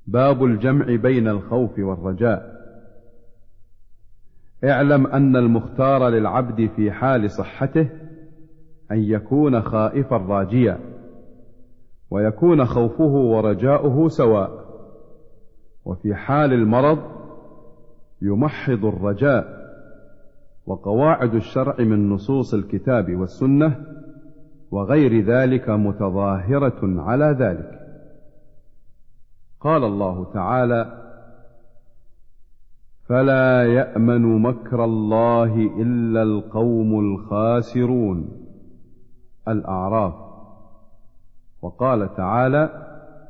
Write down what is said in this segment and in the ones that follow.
باب الجمع بين الخوف والرجاء. اعلم أن المختار للعبد في حال صحته أن يكون خائفا راجيا، ويكون خوفه ورجاؤه سواء، وفي حال المرض يمحض الرجاء. وقواعد الشرع من نصوص الكتاب والسنة وغير ذلك متظاهرة على ذلك. قال الله تعالى: فلا يأمن مكر الله إلا القوم الخاسرون، الأعراف. وقال تعالى: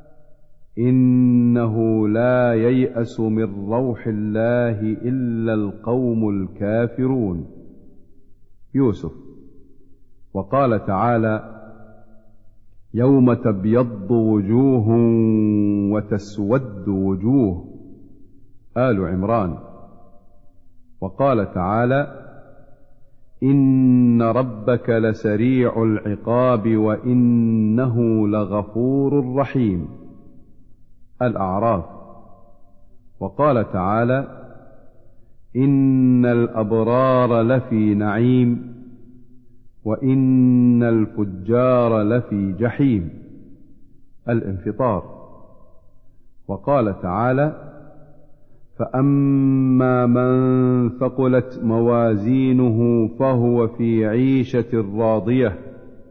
إنه لا ييأس من روح الله إلا القوم الكافرون، يوسف. وقال تعالى: يوم تبيض وجوه وتسود وجوه، آل عمران. وقال تعالى: إن ربك لسريع العقاب وإنه لغفور رحيم، الأعراف. وقال تعالى: إن الأبرار لفي نعيم وإن الفجار لفي جحيم، الانفطار. وقال تعالى: فأما من ثقلت موازينه فهو في عيشة راضية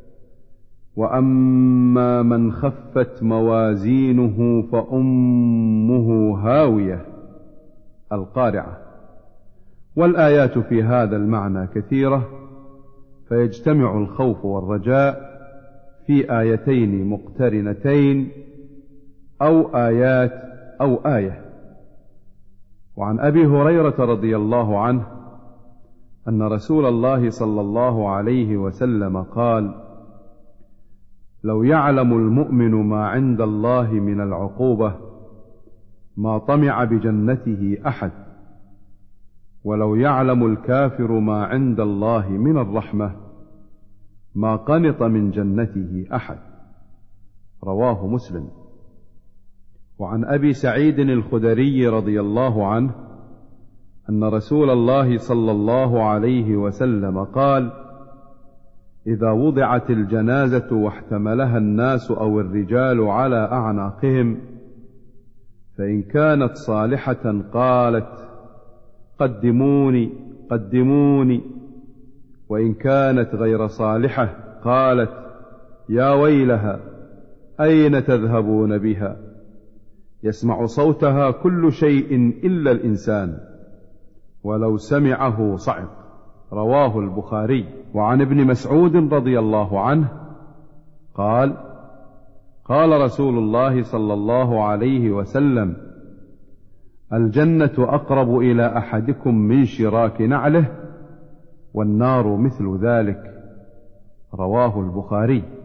وأما من خفت موازينه فأمه هاوية، القارعة. والآيات في هذا المعنى كثيرة، فيجتمع الخوف والرجاء في آيتين مقترنتين أو آيات أو آية. وعن أبي هريرة رضي الله عنه أن رسول الله صلى الله عليه وسلم قال: لو يعلم المؤمن ما عند الله من العقوبة ما طمع بجنته أحد، ولو يعلم الكافر ما عند الله من الرحمة ما قنط من جنته أحد، رواه مسلم. وعن أبي سعيد الخدري رضي الله عنه أن رسول الله صلى الله عليه وسلم قال: إذا وضعت الجنازة واحتملها الناس أو الرجال على أعناقهم، فإن كانت صالحة قالت: قدموني قدموني، وإن كانت غير صالحة قالت: يا ويلها أين تذهبون بها؟ يسمع صوتها كل شيء إلا الإنسان، ولو سمعه صعق، رواه البخاري. وعن ابن مسعود رضي الله عنه قال: قال رسول الله صلى الله عليه وسلم: الجنة أقرب إلى أحدكم من شراك نعله، والنار مثل ذلك، رواه البخاري.